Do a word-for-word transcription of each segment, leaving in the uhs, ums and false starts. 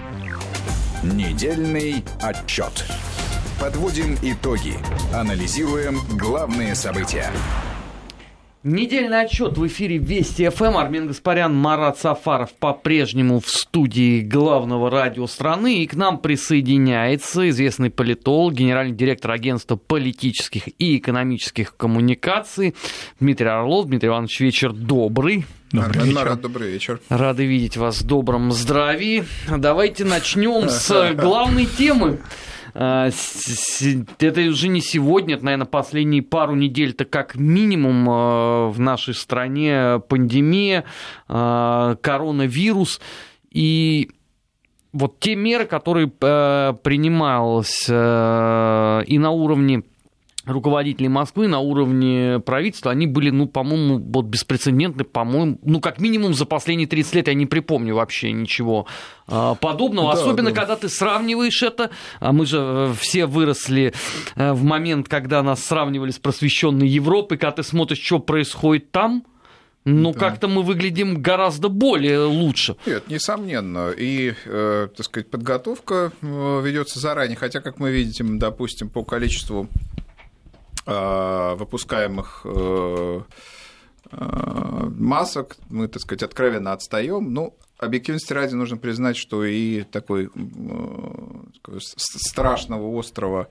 Недельный отчет. Подводим итоги. Анализируем главные события. Недельный отчет в эфире Вести ФМ. Армен Гаспарян, Марат Сафаров по-прежнему в студии главного радио страны. И к нам присоединяется известный политолог, генеральный директор агентства политических и экономических коммуникаций Дмитрий Орлов. Дмитрий Иванович, вечер добрый. Добрый вечер. Марат, добрый вечер. Рады видеть вас в добром здравии. Давайте начнем с главной темы. Это уже не сегодня, это, наверное, последние пару недель-то как минимум в нашей стране пандемия, коронавирус. И вот те меры, которые принимались и на уровне руководителей Москвы, на уровне правительства, они были, ну, по-моему, вот беспрецедентны, по-моему, ну, как минимум за последние тридцать лет я не припомню вообще ничего а, подобного, да, особенно, да. Когда ты сравниваешь это, а мы же все выросли в момент, когда нас сравнивали с просвещенной Европой, когда ты смотришь, что происходит там, ну, да. Как-то мы выглядим гораздо более лучше. Нет, несомненно. И, э, так сказать, подготовка ведется заранее, хотя, как мы видим, допустим, по количеству выпускаемых масок, мы, так сказать, откровенно отстаем. Ну, объективности ради нужно признать, что и такой страшного острого,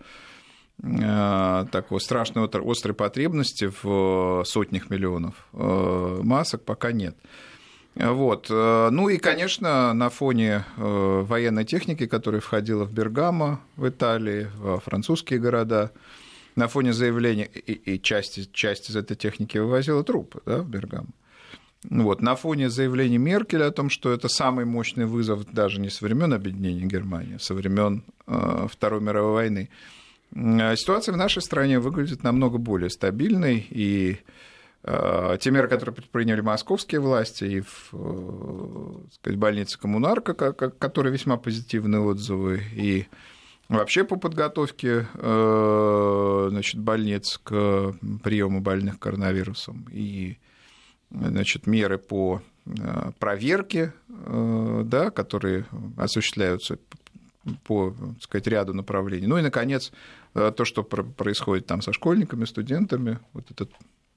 такой страшной острой потребности в сотнях миллионов масок пока нет. Вот. Ну и, конечно, на фоне военной техники, которая входила в Бергамо, в Италии, во французские города, на фоне заявления, и, и часть, часть из этой техники вывозила трупы, да, в Бергамо. Вот, на фоне заявления Меркель о том, что это самый мощный вызов даже не со времен объединения Германии, а со времен э, Второй мировой войны, э, ситуация в нашей стране выглядит намного более стабильной, и э, те меры, которые предприняли московские власти, и в э, сказать, больнице Коммунарка, которые весьма позитивные отзывы, и вообще по подготовке значит, больниц к приему больных коронавирусом и значит, меры по проверке, да, которые осуществляются по, так сказать, ряду направлений. Ну и, наконец, то, что происходит там со школьниками, студентами, вот этот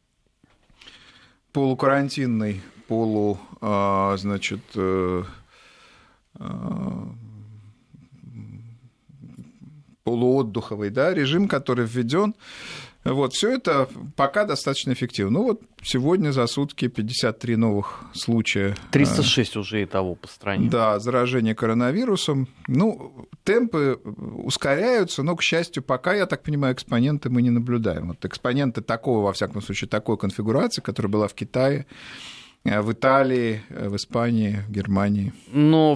полукарантинный, полу, значит, полуотдыховый, да, режим, который введен. Вот, все это пока достаточно эффективно. Ну вот сегодня за сутки пятьдесят три новых случая. триста шесть уже и того по стране. Да, заражения коронавирусом. Ну, темпы ускоряются, но, к счастью, пока, я так понимаю, экспоненты мы не наблюдаем. Вот экспоненты такого, во всяком случае, такой конфигурации, которая была в Китае, в Италии, в Испании, в Германии. Но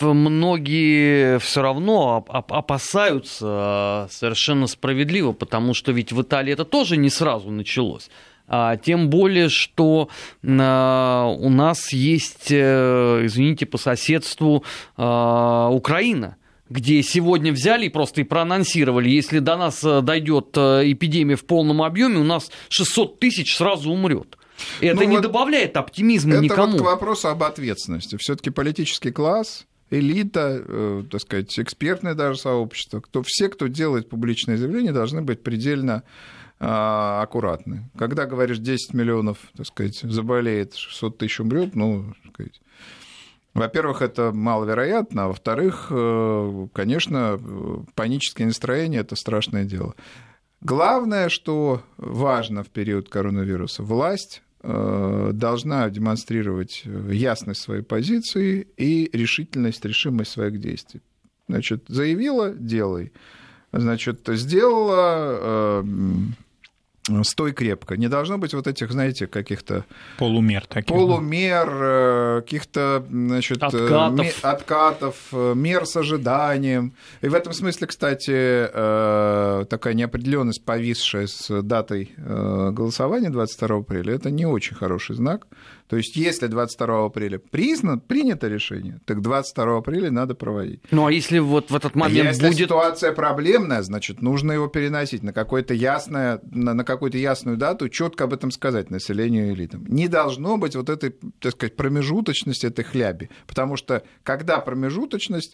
многие все равно опасаются совершенно справедливо, потому что ведь в Италии это тоже не сразу началось. Тем более, что у нас есть, извините, по соседству Украина, где сегодня взяли и просто и проанонсировали, если до нас дойдет эпидемия в полном объеме, у нас шестьсот тысяч сразу умрет. Это ну, не вот добавляет оптимизма это никому. Это вот к вопросу об ответственности. Все-таки политический класс, элита, э, так сказать, экспертное даже сообщество, кто, все, кто делает публичные заявления, должны быть предельно э, аккуратны. Когда говоришь десять миллионов, так сказать, заболеет, шестьсот тысяч умрет, ну, так сказать, во-первых, это маловероятно, а во-вторых, э, конечно, паническое настроение – это страшное дело. Главное, что важно в период коронавируса, власть должна демонстрировать ясность своей позиции и решительность, решимость своих действий. Значит, заявила – делай. Значит, сделала – стой крепко. Не должно быть вот этих, знаете, каких-то... Полумер таких. Полумер, каких-то, значит, откатов. откатов, мер с ожиданием. И в этом смысле, кстати, такая неопределенность, повисшая с датой голосования двадцать второго апреля, это не очень хороший знак. То есть, если двадцать второго апреля признано, принято решение, так двадцать второго апреля надо проводить. Ну, а если вот в этот момент если будет... ситуация проблемная, значит, нужно его переносить на, какое-то ясное, на, на какую-то ясную дату, четко об этом сказать населению и элитам. Не должно быть вот этой, так сказать, промежуточности, этой хляби. Потому что, когда промежуточность,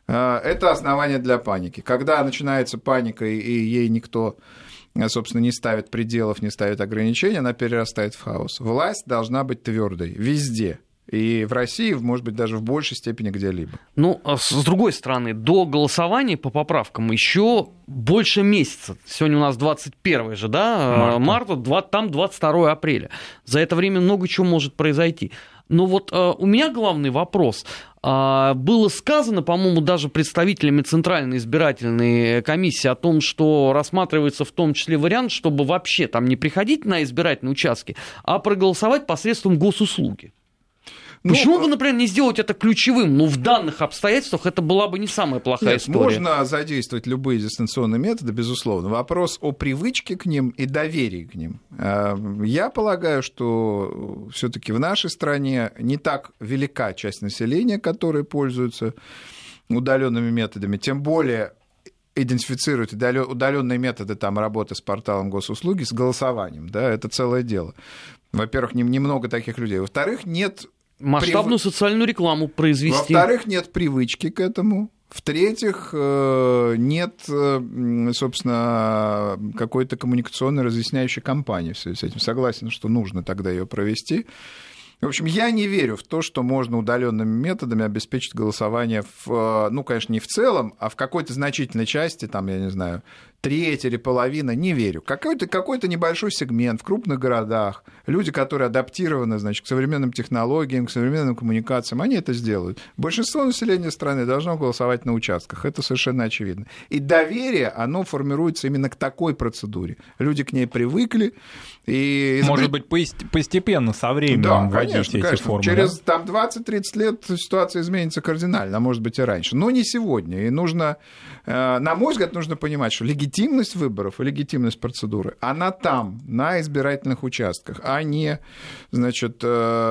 это основание для паники. Когда начинается паника, и ей никто, собственно, не ставит пределов, не ставит ограничений, она перерастает в хаос. Власть должна быть твердой везде. И в России, может быть, даже в большей степени где-либо. Ну, с другой стороны, до голосования по поправкам еще больше месяца. Сегодня у нас двадцать первое же, да, марта, марта там двадцать второе апреля. За это время много чего может произойти. Но вот uh, у меня главный вопрос. Uh, было сказано, по-моему, даже представителями Центральной избирательной комиссии о том, что рассматривается в том числе вариант, чтобы вообще там не приходить на избирательные участки, а проголосовать посредством госуслуги. Ну, почему бы, например, не сделать это ключевым? Ну, в данных обстоятельствах это была бы не самая плохая Нет, история. Можно задействовать любые дистанционные методы, безусловно. Вопрос о привычке к ним и доверии к ним. Я полагаю, что все-таки в нашей стране не так велика часть населения, которые пользуются удаленными методами, тем более идентифицируют удаленные методы там, работы с порталом госуслуги с голосованием. Да, это целое дело. Во-первых, немного таких людей. Во-вторых, нет... Масштабную Прив... социальную рекламу произвести. Во-вторых, нет привычки к этому. В-третьих, нет, собственно, какой-то коммуникационной разъясняющей кампании в связи с этим. Согласен, что нужно тогда ее провести. В общем, я не верю в то, что можно удаленными методами обеспечить голосование, в, ну, конечно, не в целом, а в какой-то значительной части, там, я не знаю, треть или половина, не верю. Какой-то, какой-то небольшой сегмент в крупных городах, люди, которые адаптированы, значит, к современным технологиям, к современным коммуникациям, они это сделают. Большинство населения страны должно голосовать на участках, это совершенно очевидно. И доверие, оно формируется именно к такой процедуре. Люди к ней привыкли. И изобрет... Может быть, постепенно, со временем, да, конечно, эти конечно. формы. Через Да? там, двадцать-тридцать лет ситуация изменится кардинально, а может быть и раньше. Но не сегодня. И нужно, на мой взгляд, нужно понимать, что легитимность выборов и легитимность процедуры, она там, на избирательных участках, а не, значит,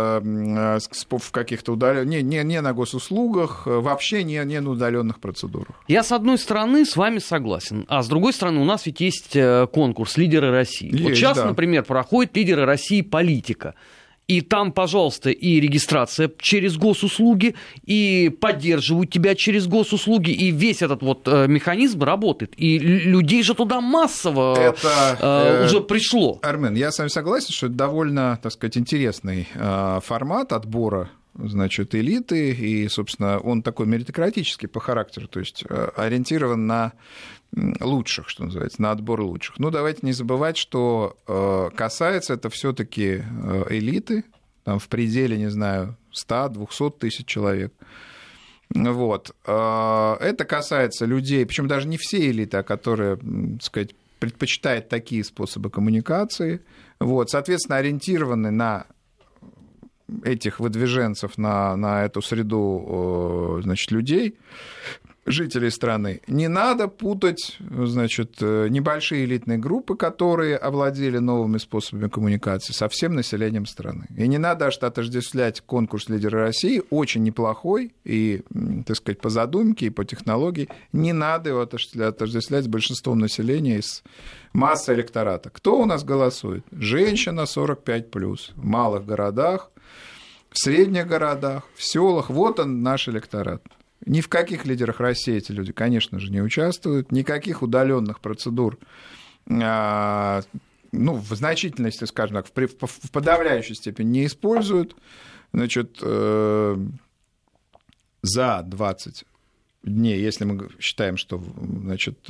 в каких-то удаленных, не, не, не на госуслугах, вообще не, не на удаленных процедурах. Я, с одной стороны, с вами согласен, а с другой стороны, у нас ведь есть конкурс «Лидеры России». Есть, вот сейчас, да. например, проходит «Лидеры России. Политика». И там, пожалуйста, и регистрация через госуслуги, и поддерживают тебя через госуслуги, и весь этот вот механизм работает. И людей же туда массово это, э, уже пришло. Армен, я с вами согласен, что это довольно, так сказать, интересный э, формат отбора, значит, элиты, и, собственно, он такой меритократический по характеру, то есть ориентирован на лучших, что называется, на отбор лучших. Ну, давайте не забывать, что касается это все-таки элиты, там, в пределе, не знаю, сто-двести тысяч человек. Вот. Это касается людей, причем даже не все элиты, а которые, так сказать, предпочитают такие способы коммуникации. Вот. Соответственно, ориентированы на этих выдвиженцев, на, на эту среду, значит, людей, жителей страны. Не надо путать, значит, небольшие элитные группы, которые овладели новыми способами коммуникации, со всем населением страны. И не надо отождествлять конкурс «Лидеры России», очень неплохой, и, так сказать, по задумке, и по технологии, не надо его отождествлять с большинством населения из массы электората. Кто у нас голосует? Женщина сорок пять плюс, в малых городах, в средних городах, в селах. Вот он, наш электорат. Ни в каких «Лидерах России» эти люди, конечно же, не участвуют, никаких удаленных процедур, ну, в значительной, скажем так, в подавляющей степени не используют. Значит, за двадцать дней, если мы считаем, что, значит,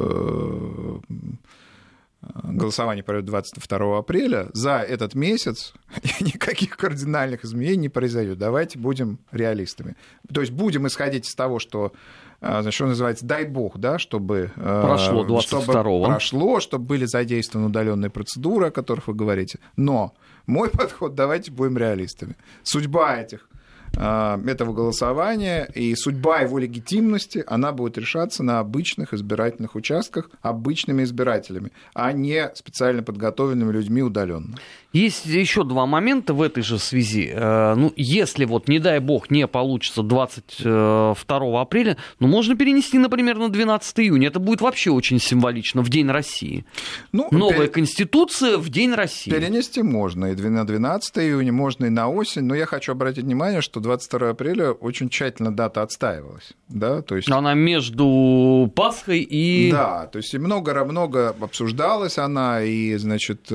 голосование пройдет двадцать второго апреля, за этот месяц никаких кардинальных изменений не произойдет. Давайте будем реалистами. То есть будем исходить из того, что, значит, что называется, дай бог, да, чтобы прошло двадцать второго. Чтобы прошло, чтобы были задействованы удаленные процедуры, о которых вы говорите. Но мой подход, давайте будем реалистами. Судьба этих этого голосования и судьба его легитимности, она будет решаться на обычных избирательных участках обычными избирателями, а не специально подготовленными людьми удаленно. Есть еще два момента в этой же связи. Ну, если вот, не дай бог, не получится двадцать второго апреля, ну, можно перенести, например, на двенадцатое июня. Это будет вообще очень символично, в День России. Ну, Новая пере... Конституция в День России. Перенести можно и на двенадцатое июня, можно и на осень, но я хочу обратить внимание, что двадцать второго апреля очень тщательно дата отстаивалась. Да? То есть... Она между Пасхой и... Да, то есть много-много обсуждалась она, и, значит,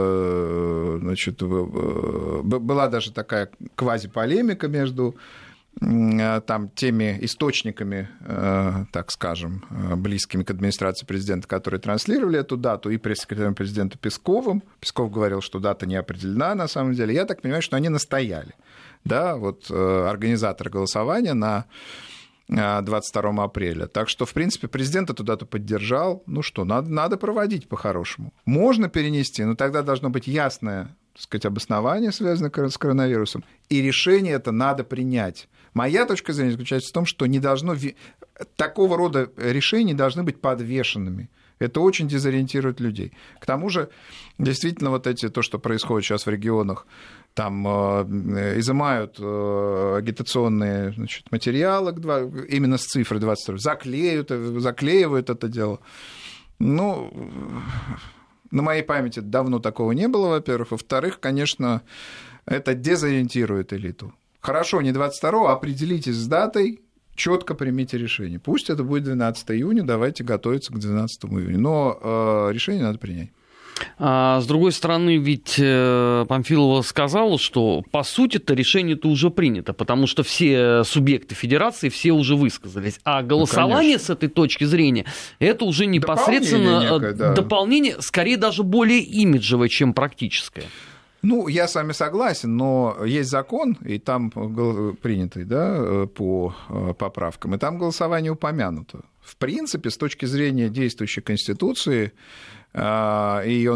значит, была даже такая квазиполемика между там, теми источниками, так скажем, близкими к администрации президента, которые транслировали эту дату, и пресс-секретарем президента Песковым. Песков говорил, что дата не определена на самом деле. Я так понимаю, что они настояли. Да, вот организаторы голосования на двадцать второго апреля. Так что, в принципе, президент эту дату поддержал. Ну что, надо, надо проводить по-хорошему. Можно перенести, но тогда должно быть ясное, так сказать, обоснование, связанное с коронавирусом, и решение это надо принять. Моя точка зрения заключается в том, что не должно... такого рода решения должны быть подвешенными. Это очень дезориентирует людей. К тому же, действительно, вот эти, то, что происходит сейчас в регионах, там э, изымают э, агитационные, значит, материалы именно с цифрой двадцать второго, заклеют, заклеивают это дело. Ну, на моей памяти давно такого не было, во-первых. Во-вторых, конечно, это дезориентирует элиту. Хорошо, не двадцать второго, определитесь с датой, четко примите решение. Пусть это будет двенадцатого июня, давайте готовиться к двенадцатому июня. Но э, решение надо принять. А, с другой стороны, ведь э, Памфилова сказала, что по сути-то решение-то уже принято, потому что все субъекты федерации, все уже высказались. А голосование ну, с этой точки зрения, это уже непосредственно дополнение, некое, да. дополнение, скорее даже более имиджевое, чем практическое. Ну, я с вами согласен, но есть закон, и там принятый, да, по поправкам, и там голосование упомянуто. В принципе, с точки зрения действующей Конституции и ее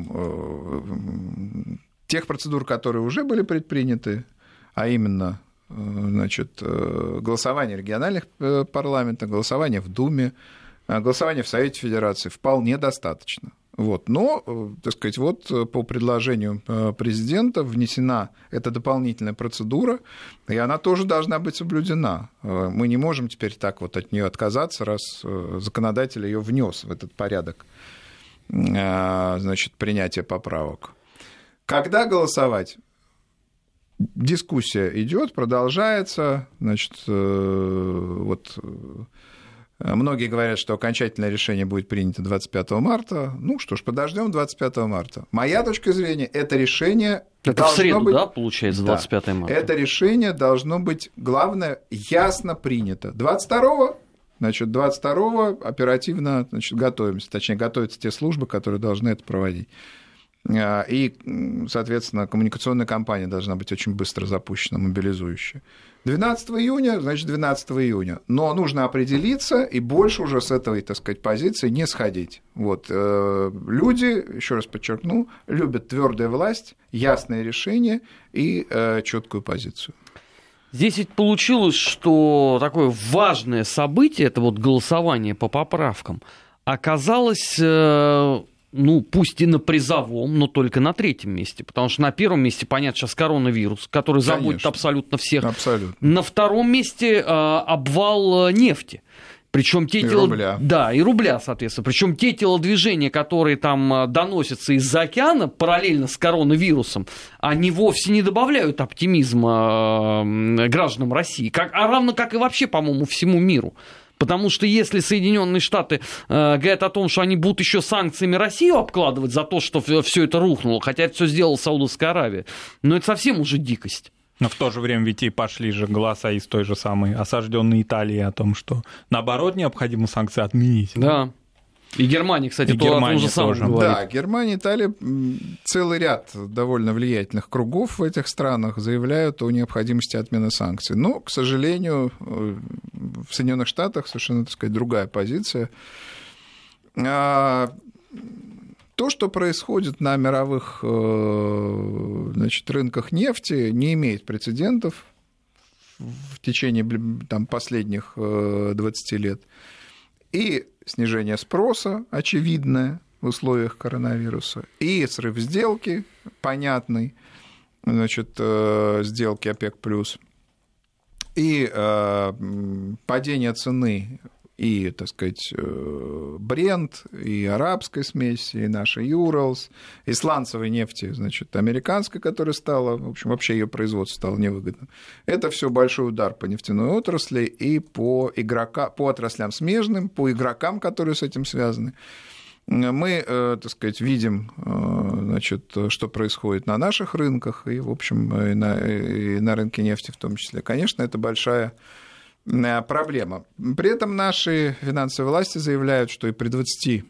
норм, тех процедур, которые уже были предприняты, а именно, значит, голосование в региональных парламентах, голосование в Думе, голосование в Совете Федерации, вполне достаточно. Вот. Но, так сказать, вот по предложению президента внесена эта дополнительная процедура, и она тоже должна быть соблюдена. Мы не можем теперь так вот от нее отказаться, раз законодатель ее внес в этот порядок, значит, принятия поправок. Когда голосовать? Дискуссия идет, продолжается, значит, вот... Многие говорят, что окончательное решение будет принято двадцать пятого марта. Ну что ж, подождем двадцать пятого марта. Моя точка зрения, это решение это должно в среду, быть... да, получается, двадцать пятого марта? Да, это решение должно быть, главное, ясно принято. двадцать второго, значит, двадцать второго оперативно, значит, готовимся. Точнее, готовятся те службы, которые должны это проводить. И, соответственно, коммуникационная кампания должна быть очень быстро запущена, мобилизующая. двенадцатого июня, значит, двенадцатого июня. Но нужно определиться и больше уже с этой, так сказать, позиции не сходить. Вот. Люди, еще раз подчеркну, любят твердую власть, ясное решение и четкую позицию. Здесь ведь получилось, что такое важное событие, это вот голосование по поправкам, оказалось... ну, пусть и на призовом, но только на третьем месте. Потому что на первом месте, понятно, сейчас коронавирус, который Конечно. заботит абсолютно всех. Абсолютно. На втором месте э, обвал нефти. Причем те и тело... рубля. Да, и рубля, соответственно. Причем те телодвижения, которые там доносятся из-за океана параллельно с коронавирусом, они вовсе не добавляют оптимизма гражданам России. Как... А равно как и вообще, по-моему, всему миру. Потому что если Соединенные Штаты э, говорят о том, что они будут еще санкциями Россию обкладывать за то, что все это рухнуло, хотя это все сделала Саудовская Аравия, но это совсем уже дикость. Но в то же время ведь и пошли же голоса из той же самой осажденной Италии о том, что наоборот необходимо санкции отменить. Да. И Германия, кстати, и то Германия же самое тоже. говорит. Да, Германия, Италия, целый ряд довольно влиятельных кругов в этих странах заявляют о необходимости отмены санкций. Но, к сожалению, в Соединенных Штатах совершенно, так сказать, другая позиция. То, что происходит на мировых, значит, рынках нефти, не имеет прецедентов в течение там, последних двадцати лет. И снижение спроса очевидное, в условиях коронавируса, и срыв сделки, понятный, значит, сделки ОПЕК+, и падение цены и, так сказать, Брент, и арабской смеси, и нашей Юралс, и сланцевой нефти, значит, американской, которая стала, в общем, вообще ее производство стало невыгодным. Это все большой удар по нефтяной отрасли и по, игрока, по отраслям смежным, по игрокам, которые с этим связаны. Мы, так сказать, видим, значит, что происходит на наших рынках, и, в общем, и на, и на рынке нефти в том числе. Конечно, это большая проблема. При этом наши финансовые власти заявляют, что и при двадцати,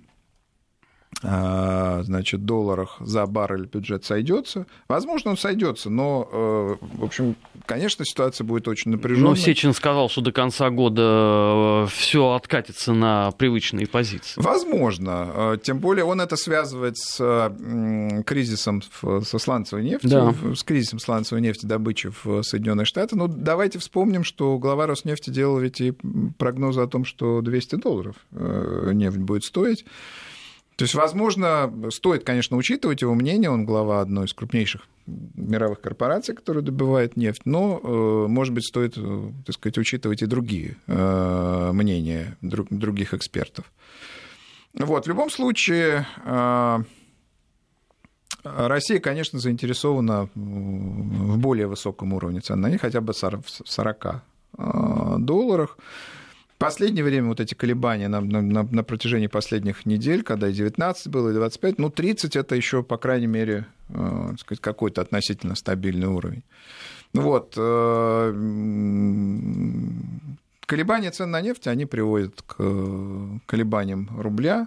значит, долларах за баррель бюджет сойдется. Возможно, он сойдется, но, в общем, конечно, ситуация будет очень напряженной. Но Сечин сказал, что до конца года все откатится на привычные позиции. Возможно. Тем более он это связывает с кризисом со сланцевой нефтью, да. с кризисом сланцевой нефтедобычи в Соединенных Штатах. Ну, давайте вспомним, что глава Роснефти делал ведь и прогнозы о том, что двести долларов нефть будет стоить. То есть, возможно, стоит, конечно, учитывать его мнение, он глава одной из крупнейших мировых корпораций, которая добывает нефть, но, может быть, стоит, так сказать, учитывать и другие мнения других экспертов. Вот, в любом случае, Россия, конечно, заинтересована в более высоком уровне цен на нефть, хотя бы в сорока долларах. В последнее время вот эти колебания на, на, на протяжении последних недель, когда и девятнадцать было, и двадцать пять, ну, тридцать – это еще, по крайней мере, э, так сказать, какой-то относительно стабильный уровень. Вот. Э, колебания цен на нефть, они приводят к колебаниям рубля.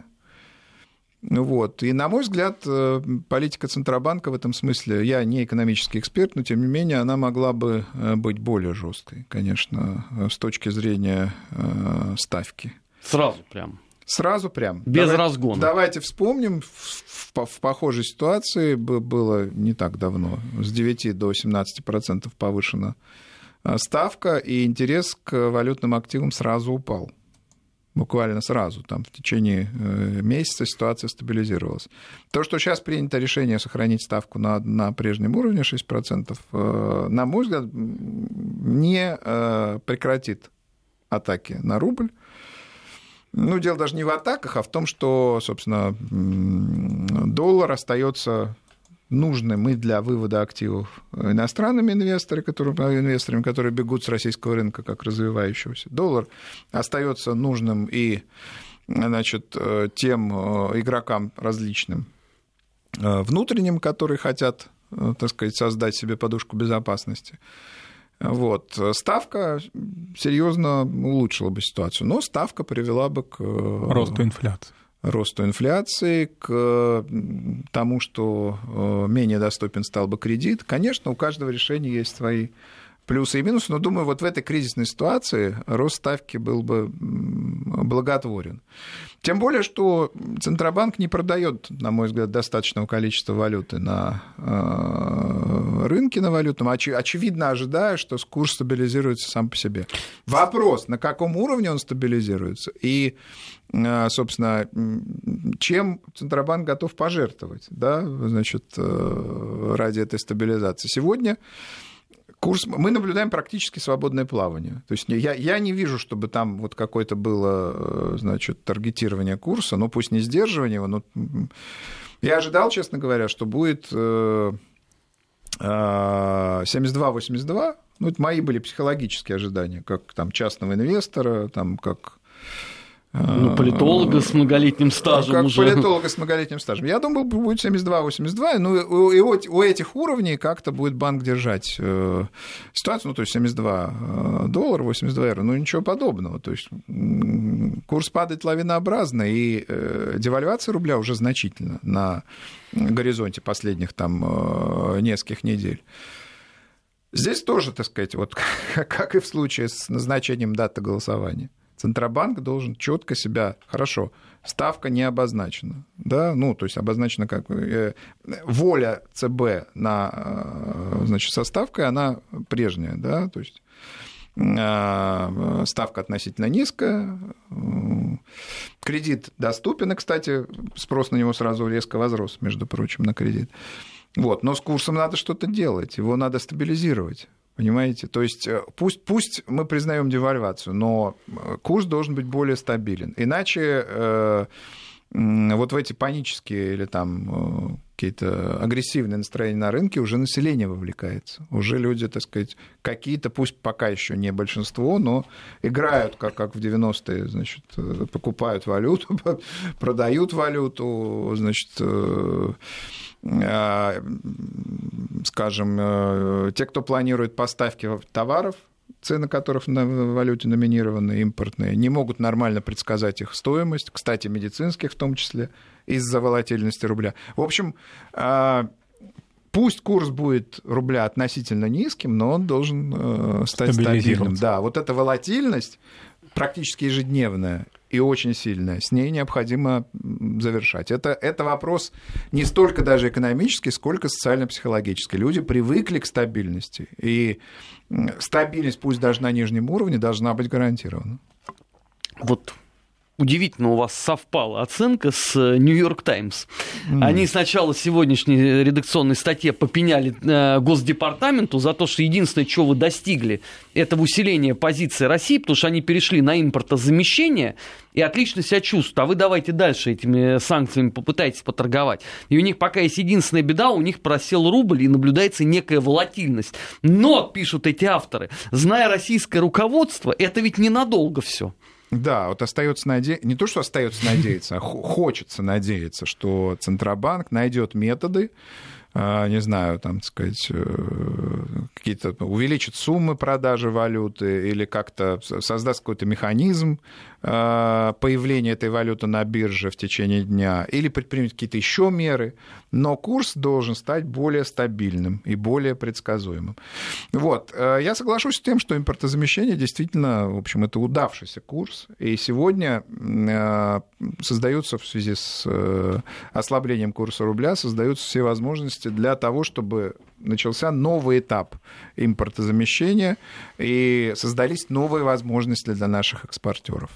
Вот. И, на мой взгляд, политика Центробанка в этом смысле, я не экономический эксперт, но, тем не менее, она могла бы быть более жесткой, конечно, с точки зрения ставки. Сразу прям. Сразу прям. Без Давай, разгона. Давайте вспомним, в, в, в похожей ситуации было не так давно, с девяти до семнадцати процентов повышена ставка, и интерес к валютным активам сразу упал. Буквально сразу, там, в течение месяца ситуация стабилизировалась. То, что сейчас принято решение сохранить ставку на, на прежнем уровне шесть процентов, на мой взгляд, не прекратит атаки на рубль. Ну, дело даже не в атаках, а в том, что, собственно, доллар остается нужным и для вывода активов иностранными инвесторами, которые, инвесторами, которые бегут с российского рынка как развивающегося. Доллар остается нужным и, значит, тем игрокам различным внутренним, которые хотят, так сказать, создать себе подушку безопасности. Вот. Ставка серьезно улучшила бы ситуацию, но ставка привела бы к росту инфляции. росту инфляции, к тому, что менее доступен стал бы кредит. Конечно, у каждого решения есть свои плюсы и минусы, но, думаю, вот в этой кризисной ситуации рост ставки был бы благотворен. Тем более, что Центробанк не продает, на мой взгляд, достаточного количества валюты на рынке на валютном. Очевидно, ожидая, что курс стабилизируется сам по себе. Вопрос, на каком уровне он стабилизируется и, собственно, чем Центробанк готов пожертвовать, да, значит, ради этой стабилизации. Сегодня курс, мы наблюдаем практически свободное плавание. То есть я, я не вижу, чтобы там вот какое-то было, значит, таргетирование курса, ну пусть не сдерживание его, но я ожидал, честно говоря, что будет семьдесят два восемьдесят два, ну это мои были психологические ожидания, как там частного инвестора, там как... Ну, политолога с многолетним стажем как уже. политолога с многолетним стажем. Я думал, будет семьдесят два восемьдесят два, ну, и вот у этих уровней как-то будет банк держать ситуацию, ну, то есть семьдесят два доллара, восемьдесят два евро, ну, ничего подобного. То есть курс падает лавинообразно, и девальвация рубля уже значительно на горизонте последних там нескольких недель. Здесь тоже, так сказать, вот как и в случае с назначением даты голосования. Центробанк должен четко себя, хорошо, ставка не обозначена, да, ну, то есть обозначена как э, воля ЦБ на, значит, со ставкой, она прежняя, да, то есть ставка относительно низкая, кредит доступен, и, кстати, спрос на него сразу резко возрос, между прочим, на кредит. Вот. Но с курсом надо что-то делать, его надо стабилизировать. Понимаете? То есть пусть, пусть мы признаем девальвацию, но курс должен быть более стабилен. Иначе э, вот в эти панические или там э, какие-то агрессивные настроения на рынке уже население вовлекается. Уже люди, так сказать, какие-то, пусть пока еще не большинство, но играют, как, как в девяностые, значит, покупают валюту, продают валюту, значит, э, скажем, те, кто планирует поставки товаров, цены которых на валюте номинированы, импортные, не могут нормально предсказать их стоимость, кстати, медицинских в том числе, из-за волатильности рубля. В общем, пусть курс будет рубля относительно низким, но он должен стать стабильным. Да, вот эта волатильность практически ежедневная и очень сильная, с ней необходимо завершать. Это, это вопрос не столько даже экономический, сколько социально-психологический. Люди привыкли к стабильности, и стабильность, пусть даже на нижнем уровне, должна быть гарантирована. Вот удивительно, у вас совпала оценка с «Нью-Йорк Таймс». Mm. Они сначала в сегодняшней редакционной статье попеняли э, Госдепартаменту за то, что единственное, чего вы достигли, это усиление позиции России, потому что они перешли на импортозамещение и отлично себя чувствуют. А вы давайте дальше этими санкциями попытайтесь поторговать. И у них пока есть единственная беда, у них просел рубль и наблюдается некая волатильность. Но, пишут эти авторы, зная российское руководство, это ведь ненадолго все. Да, вот остается надеяться, не то, что остается надеяться, а хочется надеяться, что Центробанк найдет методы, не знаю, там, так сказать, какие-то увеличит суммы продажи валюты или как-то создаст какой-то механизм появления этой валюты на бирже в течение дня или предпримет какие-то еще меры, но курс должен стать более стабильным и более предсказуемым. Вот. Я соглашусь с тем, что импортозамещение действительно, в общем, это удавшийся курс, и сегодня создаются в связи с ослаблением курса рубля, создаются все возможности для того, чтобы начался новый этап импортозамещения и создались новые возможности для наших экспортеров.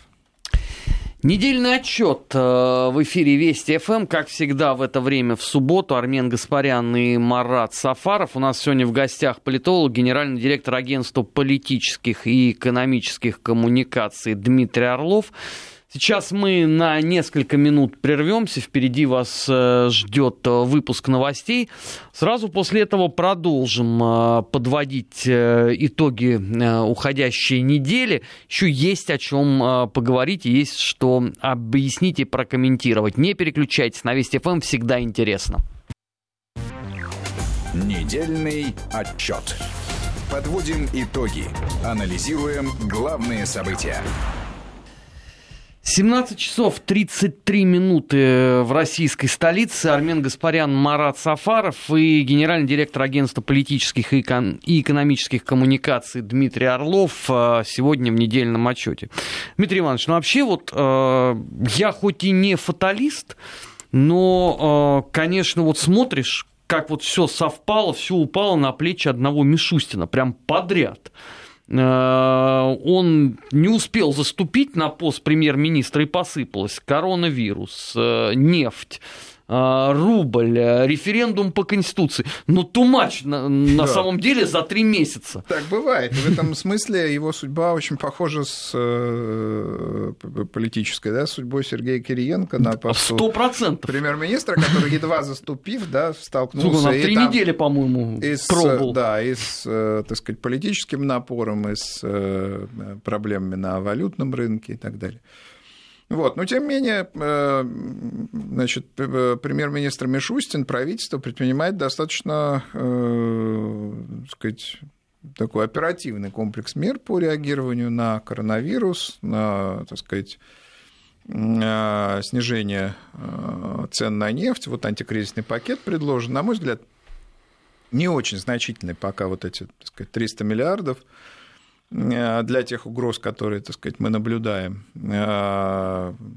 Недельный отчет в эфире Вести ФМ, как всегда в это время в субботу. Армен Гаспарян и Марат Сафаров. У нас сегодня в гостях политолог, генеральный директор агентства политических и экономических коммуникаций Дмитрий Орлов. Сейчас мы на несколько минут прервемся. Впереди вас ждет выпуск новостей. Сразу после этого продолжим подводить итоги уходящей недели. Еще есть о чем поговорить, и есть что объяснить и прокомментировать. Не переключайтесь, на Вести ФМ всегда интересно. Недельный отчет. Подводим итоги. Анализируем главные события. семнадцать часов тридцать три минуты в российской столице. Армен Гаспарян, Марат Сафаров и генеральный директор агентства политических и экономических коммуникаций Дмитрий Орлов сегодня в недельном отчете. Дмитрий Иванович, ну вообще вот я хоть и не фаталист, но, конечно, вот смотришь, как вот все совпало, все упало на плечи одного Мишустина, прям подряд. Он не успел заступить на пост премьер-министра, и посыпалось коронавирус, нефть, рубль, референдум по Конституции. Ну, too much на, на да. самом деле за три месяца. Так бывает. В этом смысле его судьба очень похожа с э, политической, да, судьбой Сергея Кириенко на посту сто процентов премьер-министра, который, едва заступив, да, столкнулся... Слушай, на три недели, по-моему, и с, пробовал. Да, и с, так сказать, политическим напором, и с проблемами на валютном рынке и так далее. Вот. Но, тем не менее, значит, премьер-министр Мишустин, правительство предпринимает достаточно, так сказать, такой оперативный комплекс мер по реагированию на коронавирус, на, так сказать, снижение цен на нефть. Вот антикризисный пакет предложен. На мой взгляд, не очень значительный пока вот эти, так сказать, триста миллиардов. Для тех угроз, которые, так сказать, мы наблюдаем.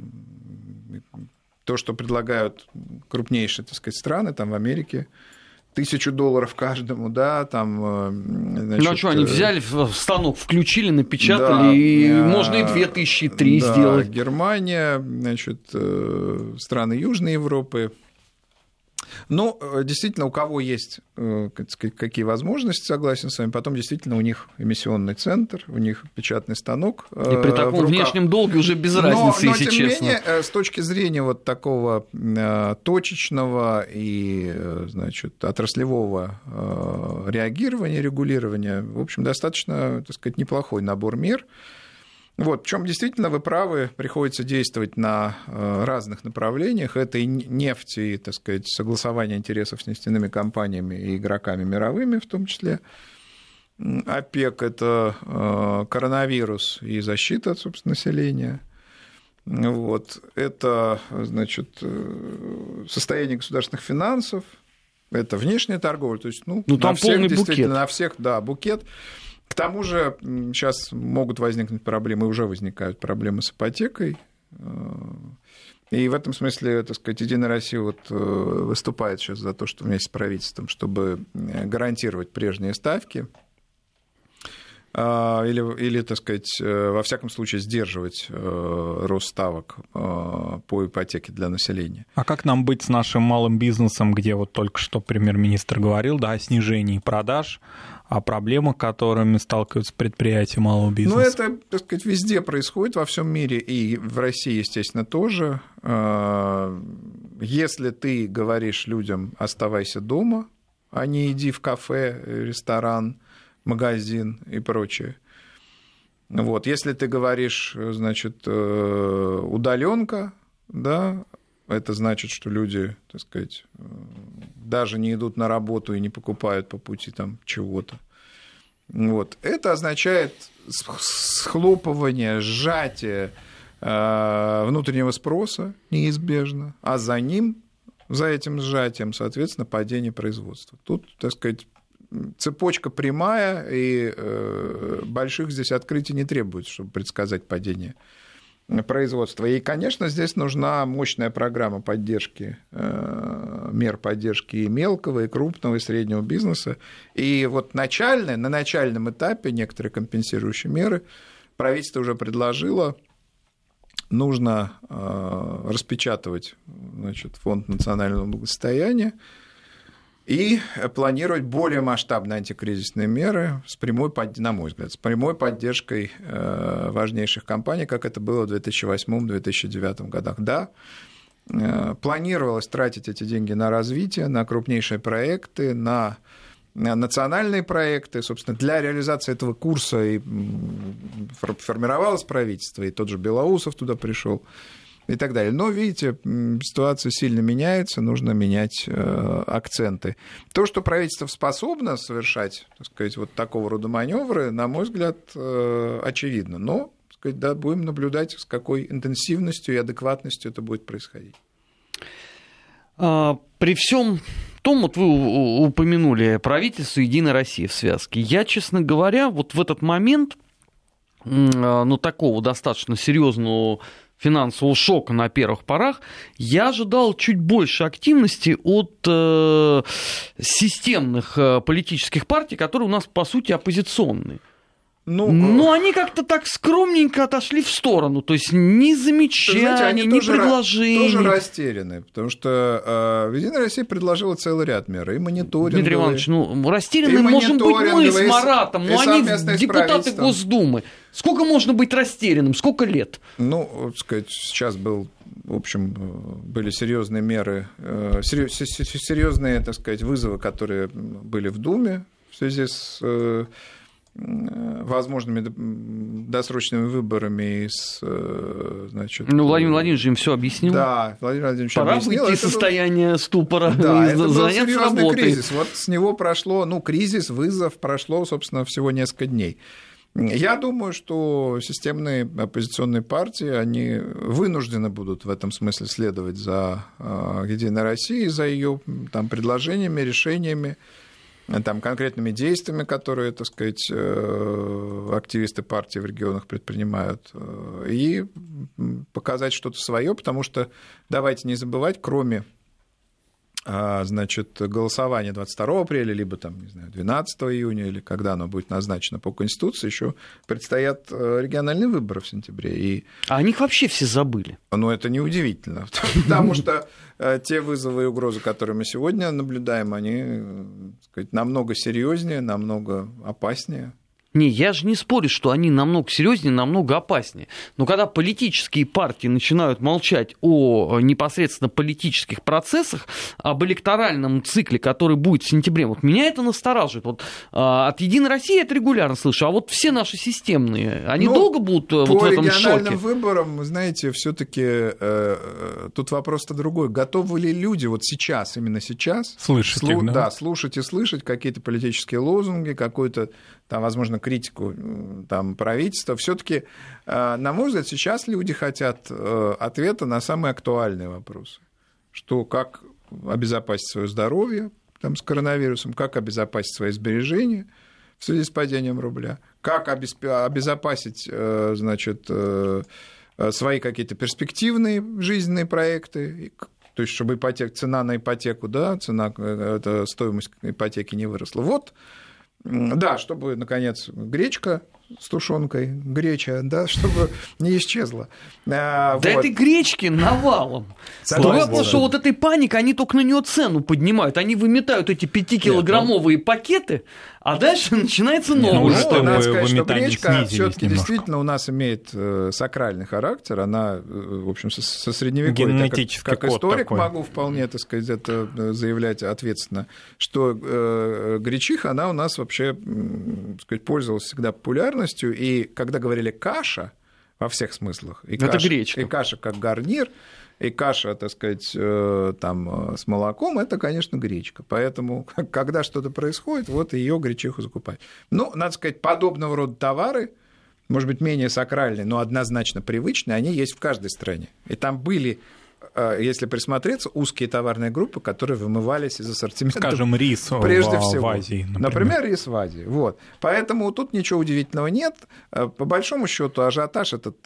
То, что предлагают крупнейшие, так сказать, страны, там в Америке, тысячу долларов каждому, да, там, значит... Ну, а что, они взяли в станок, включили, напечатали, да, и можно и две тысячи, и три да, сделать. Германия, значит, страны Южной Европы. Ну, действительно, у кого есть какие возможности, согласен с вами, потом действительно у них эмиссионный центр, у них печатный станок. И при таком внешнем долге уже без разницы, но, если но, тем честно. Не менее, с точки зрения вот такого точечного и, значит, отраслевого реагирования, регулирования, в общем, достаточно, так сказать, неплохой набор мер. Вот, причем действительно вы правы, приходится действовать на разных направлениях. Это и нефть, и, так сказать, согласование интересов с нефтяными компаниями и игроками мировыми, в том числе. ОПЕК – это коронавирус и защита, собственно, населения. Вот. Это, значит, состояние государственных финансов, это внешняя торговля. То есть, ну, ну там на всех, полный действительно, букет. На всех, да, букет. К тому же сейчас могут возникнуть проблемы, уже возникают проблемы с ипотекой. И в этом смысле, так сказать, «Единая Россия» вот выступает сейчас за то, что вместе с правительством, чтобы гарантировать прежние ставки или, или, так сказать, во всяком случае сдерживать рост ставок по ипотеке для населения. А как нам быть с нашим малым бизнесом, где вот только что премьер-министр говорил, да, о снижении продаж, о проблемах, с которыми сталкиваются предприятия малого бизнеса? Ну, это, так сказать, везде происходит, во всем мире, и в России, естественно, тоже. Если ты говоришь людям «оставайся дома», а не иди в кафе, ресторан, магазин и прочее. Вот. Если ты говоришь, значит, удаленка, да, это значит, что люди, так сказать, даже не идут на работу и не покупают по пути там чего-то. Вот. Это означает схлопывание, сжатие внутреннего спроса неизбежно, а за ним, за этим сжатием, соответственно, падение производства. Тут, так сказать, цепочка прямая, и больших здесь открытий не требуется, чтобы предсказать падение производства. И, конечно, здесь нужна мощная программа поддержки, мер поддержки и мелкого, и крупного, и среднего бизнеса. И вот начальное, на начальном этапе некоторые компенсирующие меры правительство уже предложило. Нужно распечатывать, значит, фонд национального благосостояния и планировать более масштабные антикризисные меры с прямой, на мой взгляд, с прямой поддержкой важнейших компаний, как это было в две тысячи восьмом — две тысячи девятом годах. Да, планировалось тратить эти деньги на развитие, на крупнейшие проекты, на национальные проекты. Собственно, для реализации этого курса и формировалось правительство, и тот же Белоусов туда пришел, и так далее. Но, видите, ситуация сильно меняется, нужно менять акценты. То, что правительство способно совершать, так сказать, вот такого рода маневры, на мой взгляд, очевидно. Но, так сказать, да, будем наблюдать, с какой интенсивностью и адекватностью это будет происходить. При всем том, вот вы упомянули правительство «Единая Россия» в связке. Я, честно говоря, вот в этот момент, ну, такого достаточно серьезного финансового шока на первых порах, я ожидал чуть больше активности от э, системных э, политических партий, которые у нас, по сути, оппозиционные. Ну, Но они как-то так скромненько отошли в сторону, то есть ни замечаний, знаете, они ни тоже предложений. Тоже растеряны, потому что э, «Единая Россия» предложила целый ряд мер, и мониторинговые. Дмитрий Иванович, ну, растерянные можем быть мы с Маратом, но они депутаты Госдумы. Сколько можно быть растерянным, сколько лет? Ну, вот сказать, сейчас был, в общем, были серьезные меры, серьезные, так сказать, вызовы, которые были в Думе в связи с возможными досрочными выборами, с, значит... Ну, Владимир Владимирович им все объяснил. Да, Владимир Владимирович Пора объяснил. Пора выйти из состояния был... ступора, да, это был заняться серьезный работой. Кризис. Вот с него прошло, ну, кризис, вызов, прошло, собственно, всего несколько дней. Я думаю, что системные оппозиционные партии, они вынуждены будут в этом смысле следовать за «Единой Россией», за ее там предложениями, решениями, там, конкретными действиями, которые, так сказать, активисты партии в регионах предпринимают, и показать что-то свое, потому что, давайте не забывать, кроме значит, голосование двадцать второго апреля, либо там, не знаю, двенадцатого июня, или когда оно будет назначено по Конституции, еще предстоят региональные выборы в сентябре. И... А о них вообще все забыли. Ну, это неудивительно, потому что те вызовы и угрозы, которые мы сегодня наблюдаем, они, так сказать, намного серьезнее, намного опаснее. Не, я же не спорю, что они намного серьезнее, намного опаснее. Но когда политические партии начинают молчать о непосредственно политических процессах, об электоральном цикле, который будет в сентябре, вот меня это настораживает. Вот, а, от «Единой России» я это регулярно слышу, а вот все наши системные, они ну, долго будут вот в этом шоке? По региональным выборам, знаете, все-таки э, тут вопрос-то другой. Готовы ли люди вот сейчас, именно сейчас, слышать, слу- их, да? Да, слушать и слышать какие-то политические лозунги, какой-то там, возможно, критику там, правительства. Все-таки, на мой взгляд, сейчас люди хотят ответа на самые актуальные вопросы. Что, как обезопасить свое здоровье там, с коронавирусом, как обезопасить свои сбережения в связи с падением рубля, как обезопасить, значит, свои какие-то перспективные жизненные проекты, то есть чтобы ипотека, цена на ипотеку, да, цена, это, стоимость ипотеки не выросла. Вот. Да, чтобы, наконец, гречка с тушенкой, греча, да, чтобы не исчезла. А, да вот. Этой гречки навалом. Потому что вот этой паникой, они только на нее цену поднимают. Они выметают эти пятикилограммовые Нет, ну... пакеты, а дальше начинается новое. Ну, надо сказать, что гречка все-таки действительно у нас имеет сакральный характер. Она, в общем, со средневековья, как, как историк такой. Могу вполне, так сказать, это заявлять ответственно, что э, гречиха, она у нас вообще, так сказать, пользовалась всегда популярностью. И когда говорили «каша», во всех смыслах, и, это каша, гречка. И каша как гарнир, и каша, так сказать, там, с молоком, это, конечно, гречка. Поэтому, когда что-то происходит, вот ее гречиху закупать. Ну, надо сказать, подобного рода товары, может быть, менее сакральные, но однозначно привычные, они есть в каждой стране. И там были, если присмотреться, узкие товарные группы, которые вымывались из ассортимента. Скажем, рис прежде в, всего. в Азии, например. Например, рис в Азии. Вот. Поэтому тут ничего удивительного нет. По большому счету ажиотаж этот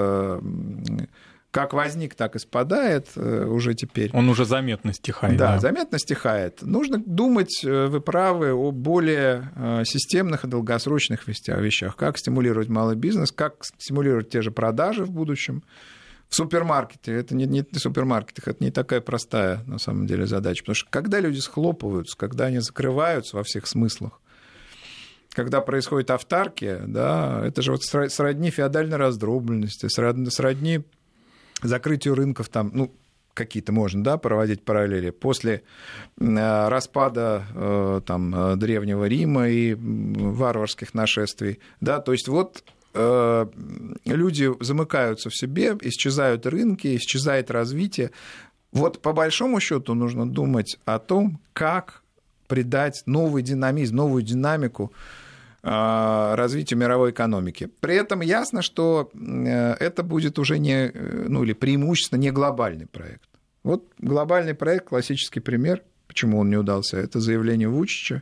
как возник, так и спадает уже теперь. Он уже заметно стихает. Да, да, заметно стихает. Нужно думать, вы правы, о более системных и долгосрочных вещах. Как стимулировать малый бизнес, как стимулировать те же продажи в будущем. В супермаркете, это не, не в супермаркетах, это не такая простая, на самом деле, задача. Потому что когда люди схлопываются, когда они закрываются во всех смыслах, когда происходит автаркия, да, это же вот сродни феодальной раздробленности, сродни закрытию рынков, там, ну, какие-то можно, да, проводить параллели. После распада там, Древнего Рима и варварских нашествий, да, то есть вот люди замыкаются в себе, исчезают рынки, исчезает развитие. Вот по большому счету нужно думать о том, как придать новый динамизм, новую динамику развитию мировой экономики. При этом ясно, что это будет уже не, ну или преимущественно не глобальный проект. Вот глобальный проект, классический пример, почему он не удался, это заявление Вучича,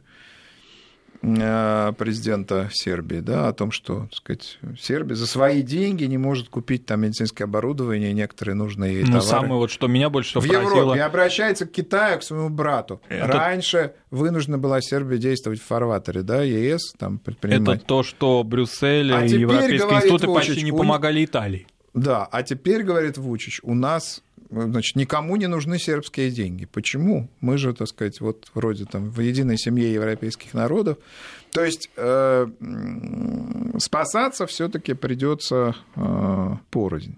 президента Сербии, да, о том, что, так сказать, Сербия за свои деньги не может купить там медицинское оборудование и некоторые нужные ей товары. Ну, самое вот, что меня больше всего в поразило... Европе, и обращается к Китаю, к своему брату. Это... Раньше вынуждена была Сербия действовать в фарватере, да, ЕС там предпринимать. Это то, что Брюссель а и европейские институты Вучич, почти не у... помогали Италии. Да, а теперь, говорит Вучич, у нас... Значит, никому не нужны сербские деньги. Почему? Мы же, так сказать, вот вроде там в единой семье европейских народов. То есть э, спасаться все-таки придется э, порознь.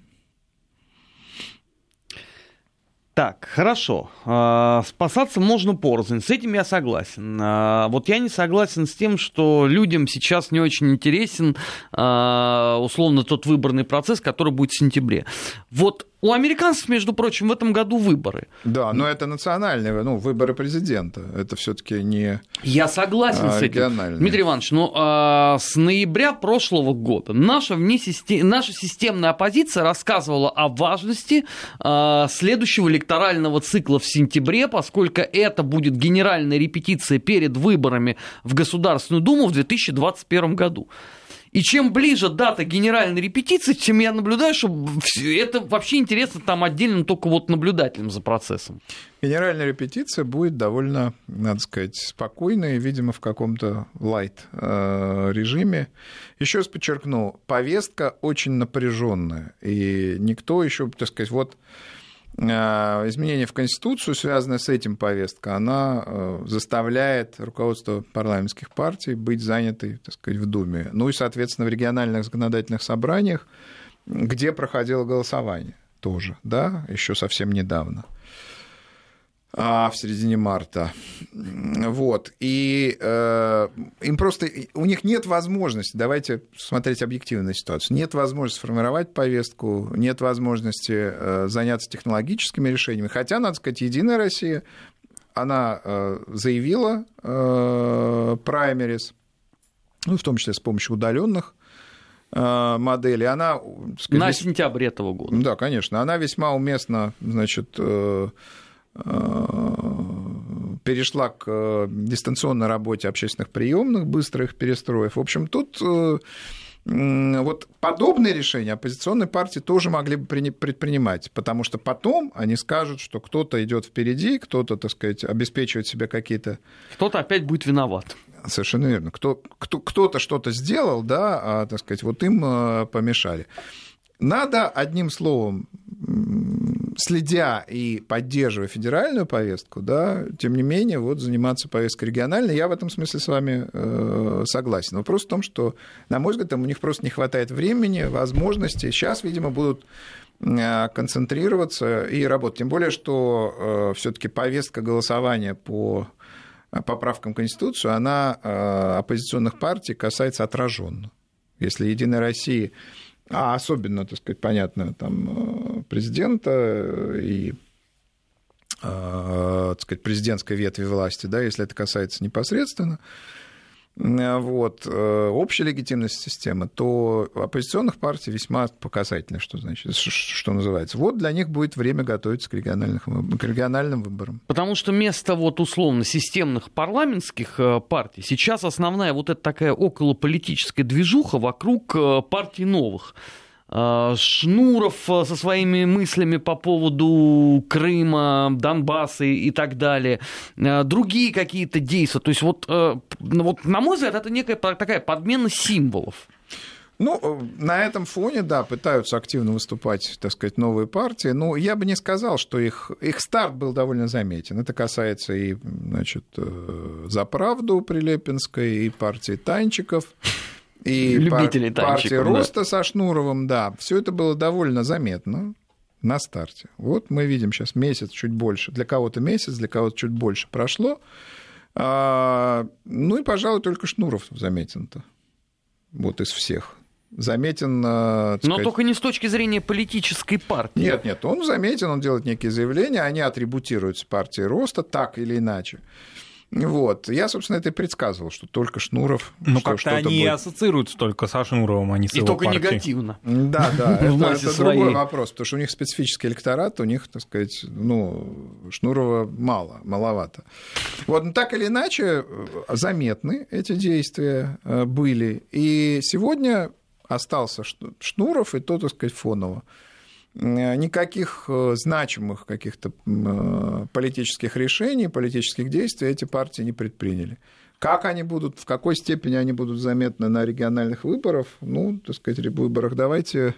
Так, хорошо. Спасаться можно порознь. С этим я согласен. Вот я не согласен с тем, что людям сейчас не очень интересен условно тот выборный процесс, который будет в сентябре. Вот у американцев, между прочим, в этом году выборы. Да, но это национальные, ну, выборы президента. Это все-таки не Я согласен с этим. Дмитрий Иванович, ну, а, с ноября прошлого года наша, внесистем... наша системная оппозиция рассказывала о важности а, следующего электорального цикла в сентябре, поскольку это будет генеральная репетиция перед выборами в Государственную Думу в две тысячи двадцать первом году. И чем ближе дата генеральной репетиции, тем я наблюдаю, что это вообще интересно там отдельно только вот наблюдателям за процессом. Генеральная репетиция будет довольно, надо сказать, спокойной, видимо, в каком-то лайт-режиме. Еще раз подчеркну, повестка очень напряженная, и никто еще, так сказать, вот изменение в Конституцию, связанное с этим повесткой, она заставляет руководство парламентских партий быть занятой, так сказать, в Думе. Ну и, соответственно, в региональных законодательных собраниях, где проходило голосование тоже, да, еще совсем недавно, в середине марта. Вот. И э, им просто... У них нет возможности, давайте смотреть объективно на ситуацию, нет возможности сформировать повестку, нет возможности э, заняться технологическими решениями. Хотя, надо сказать, «Единая Россия», она э, заявила э, праймерис, ну, в том числе с помощью удаленных э, моделей. Она, сказать, на весь... сентябрь этого года. Да, конечно. Она весьма уместно, значит, э, перешла к дистанционной работе общественных приемных, быстрых перестроев. В общем, тут вот подобные решения оппозиционные партии тоже могли бы предпринимать, потому что потом они скажут, что кто-то идет впереди, кто-то, так сказать, обеспечивает себе какие-то... Кто-то опять будет виноват. Совершенно верно. Кто, кто, кто-то что-то сделал, да, а, так сказать, вот им помешали. Надо, одним словом, следя и поддерживая федеральную повестку, да, тем не менее, вот, заниматься повесткой региональной, я в этом смысле с вами э, согласен. Вопрос в том, что, на мой взгляд, там у них просто не хватает времени, возможностей. Сейчас, видимо, будут э, концентрироваться и работать. Тем более, что э, все-таки повестка голосования по поправкам в Конституцию, она э, оппозиционных партий касается отраженно. Если «Единая Россия», а особенно, так сказать, понятно, там, президента и, так сказать, президентской ветви власти, да, если это касается непосредственно, вот, общей легитимности системы, то оппозиционных партий весьма показательно, что значит, что называется. Вот для них будет время готовиться к региональным, к региональным выборам. Потому что вместо вот условно системных парламентских партий сейчас основная вот эта такая околополитическая движуха вокруг партий новых. Шнуров со своими мыслями по поводу Крыма, Донбасса и так далее, другие какие-то действия. То есть вот, вот на мой взгляд, это некая такая подмена символов. Ну, на этом фоне, да, пытаются активно выступать, так сказать, новые партии. Но я бы не сказал, что их, их старт был довольно заметен. Это касается и, значит, «За правду» Прилепинской, и партии Танчиков, и любителей пар- партии танчиков, Роста да. со Шнуровым, да. Все это было довольно заметно на старте. Вот мы видим сейчас месяц, чуть больше. Для кого-то месяц, для кого-то чуть больше прошло. А, ну и, пожалуй, только Шнуров заметен-то. Вот из всех. Заметен... Но сказать... только не с точки зрения политической партии. Нет, нет, он заметен, он делает некие заявления, они атрибутируются партии Роста так или иначе. Вот. Я, собственно, это и предсказывал, что только Шнуров... Ну, что, как-то они будет... ассоциируются только со Шнуровым, а не с и его только партией. негативно. Да, да, это, это другой вопрос, потому что у них специфический электорат, у них, так сказать, ну, Шнурова мало, маловато. Вот, но так или иначе, заметны эти действия были. И сегодня остался Шнуров, и то, так сказать, фоново. Никаких значимых каких-то политических решений, политических действий эти партии не предприняли. Как они будут, в какой степени они будут заметны на региональных выборах, ну, так сказать, выборах, давайте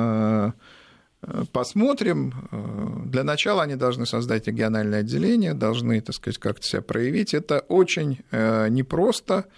посмотрим. Для начала они должны создать региональное отделение, должны, так сказать, как-то себя проявить. Это очень непросто.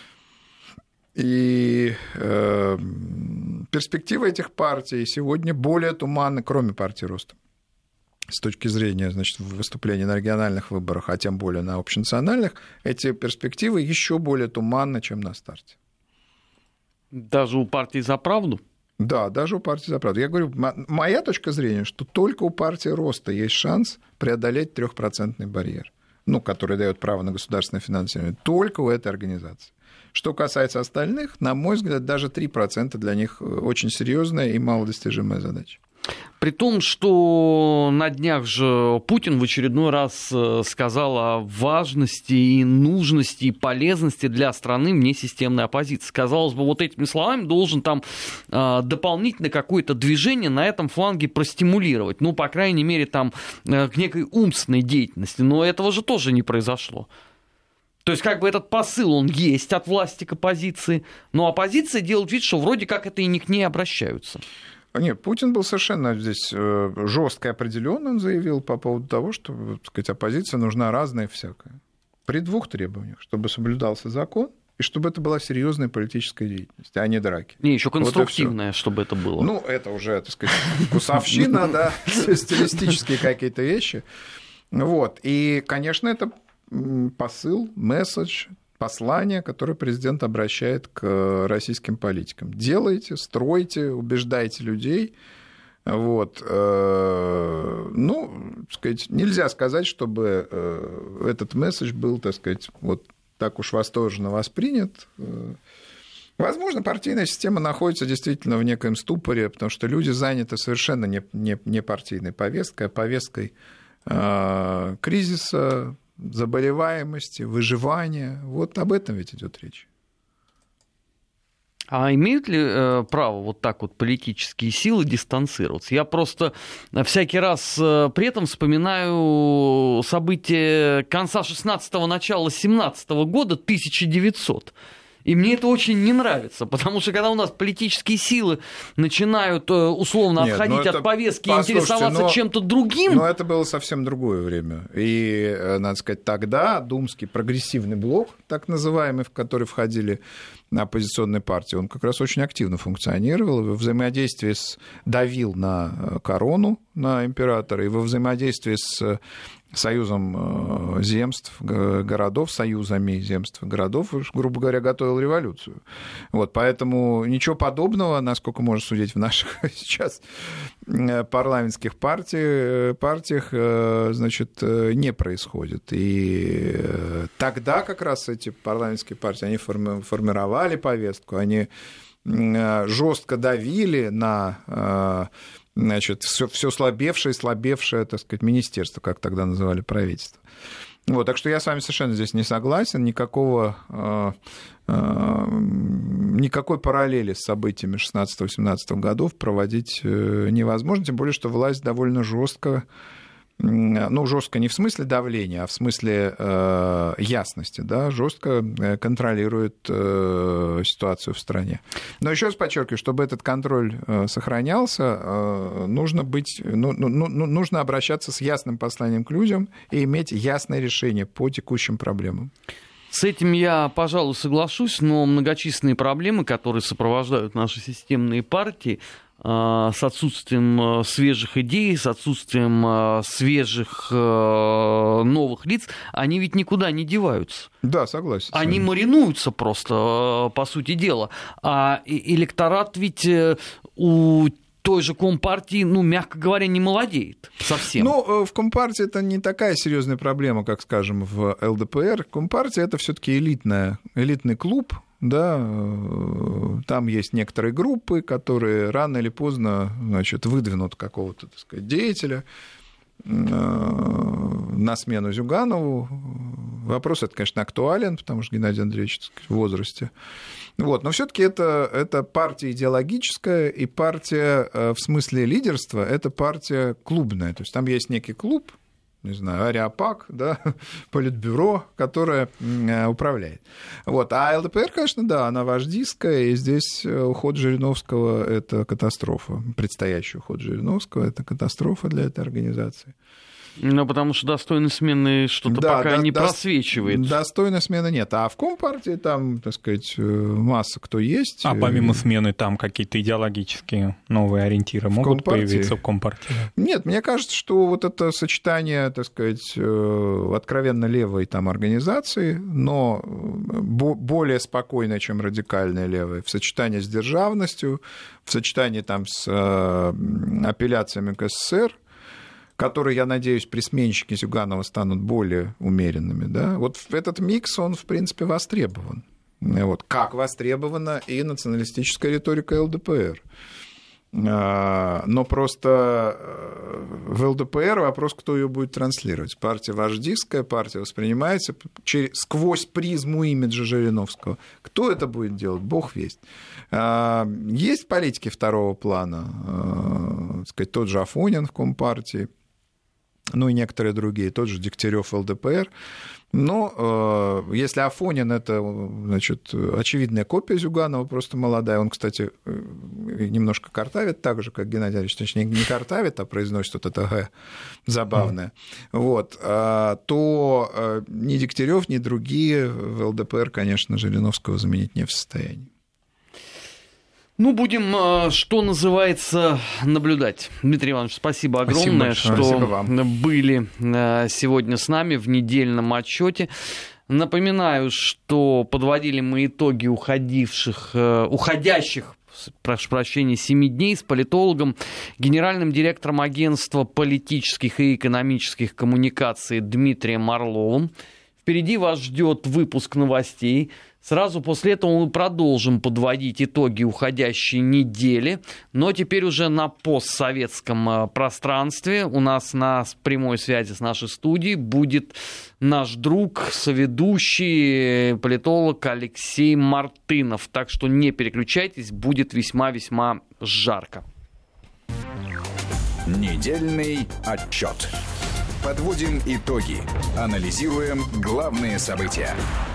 И э, перспективы этих партий сегодня более туманны, кроме партии Роста, с точки зрения, значит, выступления на региональных выборах, а тем более на общенациональных, эти перспективы еще более туманны, чем на старте. Даже у партии «За правду»? Да, даже у партии «За правду». Я говорю, моя точка зрения, что только у партии Роста есть шанс преодолеть трехпроцентный барьер, ну, который дает право на государственное финансирование, только у этой организации. Что касается остальных, на мой взгляд, даже три процента для них очень серьезная и малодостижимая задача. При том, что на днях же Путин в очередной раз сказал о важности и нужности и полезности для страны внесистемной оппозиции. Казалось бы, вот этими словами должен там дополнительно какое-то движение на этом фланге простимулировать. Ну, по крайней мере, там к некой умственной деятельности. Но этого же тоже не произошло. То есть, как бы этот посыл, он есть от власти к оппозиции, но оппозиция делает вид, что вроде как это и не к ней обращаются. Нет, Путин был совершенно здесь жестко и определенно, он заявил по поводу того, что, так сказать, оппозиция нужна разная всякая. При двух требованиях: чтобы соблюдался закон и чтобы это была серьезная политическая деятельность, а не драки. Не, еще конструктивная, вот чтобы это было. Ну, это уже, так сказать, вкусовщина, да, стилистические какие-то вещи. Вот. И, конечно, это посыл, месседж, послание, которое президент обращает к российским политикам. Делайте, стройте, убеждайте людей. Вот. Ну, так сказать, нельзя сказать, чтобы этот месседж был, так сказать, вот так уж восторженно воспринят. Возможно, партийная система находится действительно в некоем ступоре, потому что люди заняты совершенно не, не, не партийной повесткой, а повесткой кризиса, заболеваемости, выживания. Вот об этом ведь идет речь. А имеют ли э, право вот так вот политические силы дистанцироваться? Я просто всякий раз э, при этом вспоминаю события конца шестнадцатого, начала семнадцатого года, тысяча девятьсот. И мне это очень не нравится, потому что когда у нас политические силы начинают условно Нет, отходить от повестки и интересоваться но, чем-то другим... Но это было совсем другое время. И, надо сказать, тогда Думский прогрессивный блок, так называемый, в который входили оппозиционные партии, он как раз очень активно функционировал, и во взаимодействии с... давил на корону, на императора, и во взаимодействии с союзом земств, городов, союзами земств, городов, грубо говоря, готовил революцию. Вот, поэтому ничего подобного, насколько можно судить в наших сейчас парламентских партиях, партиях, значит, не происходит. И тогда как раз эти парламентские партии, они формировали повестку, они жестко давили на... Значит, все, все слабевшее и слабевшее, так сказать, министерство, как тогда называли правительство. Вот, так что я с вами совершенно здесь не согласен, никакого, э, э, никакой параллели с событиями шестнадцатого-семнадцатого годов проводить невозможно, тем более, что власть довольно жестко, ну, жестко не в смысле давления, а в смысле э, ясности, да, жестко контролирует э, ситуацию в стране. Но еще раз подчеркиваю, чтобы этот контроль э, сохранялся, э, нужно быть, ну, ну, ну, нужно обращаться с ясным посланием к людям и иметь ясное решение по текущим проблемам. С этим я, пожалуй, соглашусь, но многочисленные проблемы, которые сопровождают наши системные партии, с отсутствием свежих идей, с отсутствием свежих новых лиц, они ведь никуда не деваются. Да, согласен. Они маринуются просто, по сути дела. А электорат ведь у той же Компартии, ну, мягко говоря, не молодеет совсем. Ну, в Компартии это не такая серьезная проблема, как, скажем, в эл дэ пэ эр. Компартия — это все-таки элитная, элитный клуб, да, там есть некоторые группы, которые рано или поздно, значит, выдвинут какого-то, так сказать, деятеля на смену Зюганову. Вопрос этот, конечно, актуален, потому что Геннадий Андреевич, так сказать, в возрасте. Вот. Но все-таки это, это партия идеологическая, и партия в смысле лидерства — это партия клубная. То есть там есть некий клуб, не знаю, Ариапак, да, политбюро, которое управляет. Вот. А эл дэ пэ эр, конечно, да, она вождистская, и здесь уход Жириновского — это катастрофа. Предстоящий уход Жириновского — это катастрофа для этой организации. Ну, потому что достойной смены что-то да, пока да, не до, просвечивает. Достойной смены нет. А в Компартии там, так сказать, масса кто есть. А помимо смены там какие-то идеологические новые ориентиры в могут Компартии? Появиться в Компартии? Нет, мне кажется, что вот это сочетание, так сказать, откровенно левой там организации, но более спокойной, чем радикальная левая, в сочетании с державностью, в сочетании там с апелляциями к эс эс эс эр, которые, я надеюсь, при сменщике Зюганова станут более умеренными, да, вот этот микс, он, в принципе, востребован. Вот. Как востребована и националистическая риторика эл дэ пэ эр. Но просто в эл дэ пэ эр вопрос, кто ее будет транслировать. Партия вождистская, партия воспринимается через, сквозь призму имиджа Жириновского. Кто это будет делать? Бог весть. Есть политики второго плана, так сказать, тот же Афонин в Компартии, ну и некоторые другие, тот же Дегтярев в эл дэ пэ эр. Но э, если Афонин — это, значит, очевидная копия Зюганова, просто молодая, он, кстати, немножко картавит, так же, как Геннадий Ильич, точнее, не картавит, а произносит вот это «г» забавное, mm. вот, а, то а, ни Дегтярев, ни другие в эл дэ пэ эр, конечно, Жириновского заменить не в состоянии. Ну, будем, что называется, наблюдать. Дмитрий Иванович, спасибо огромное, спасибо что спасибо были сегодня с нами в недельном отчете. Напоминаю, что подводили мы итоги уходивших, уходящих, прошу прощения, семи дней с политологом, генеральным директором агентства политических и экономических коммуникаций Дмитрием Орловым. Впереди вас ждет выпуск новостей. Сразу после этого мы продолжим подводить итоги уходящей недели, но теперь уже на постсоветском пространстве. У нас на прямой связи с нашей студией будет наш друг, соведущий, политолог Алексей Мартынов. Так что не переключайтесь, будет весьма-весьма жарко. Недельный отчет. Подводим итоги. Анализируем главные события.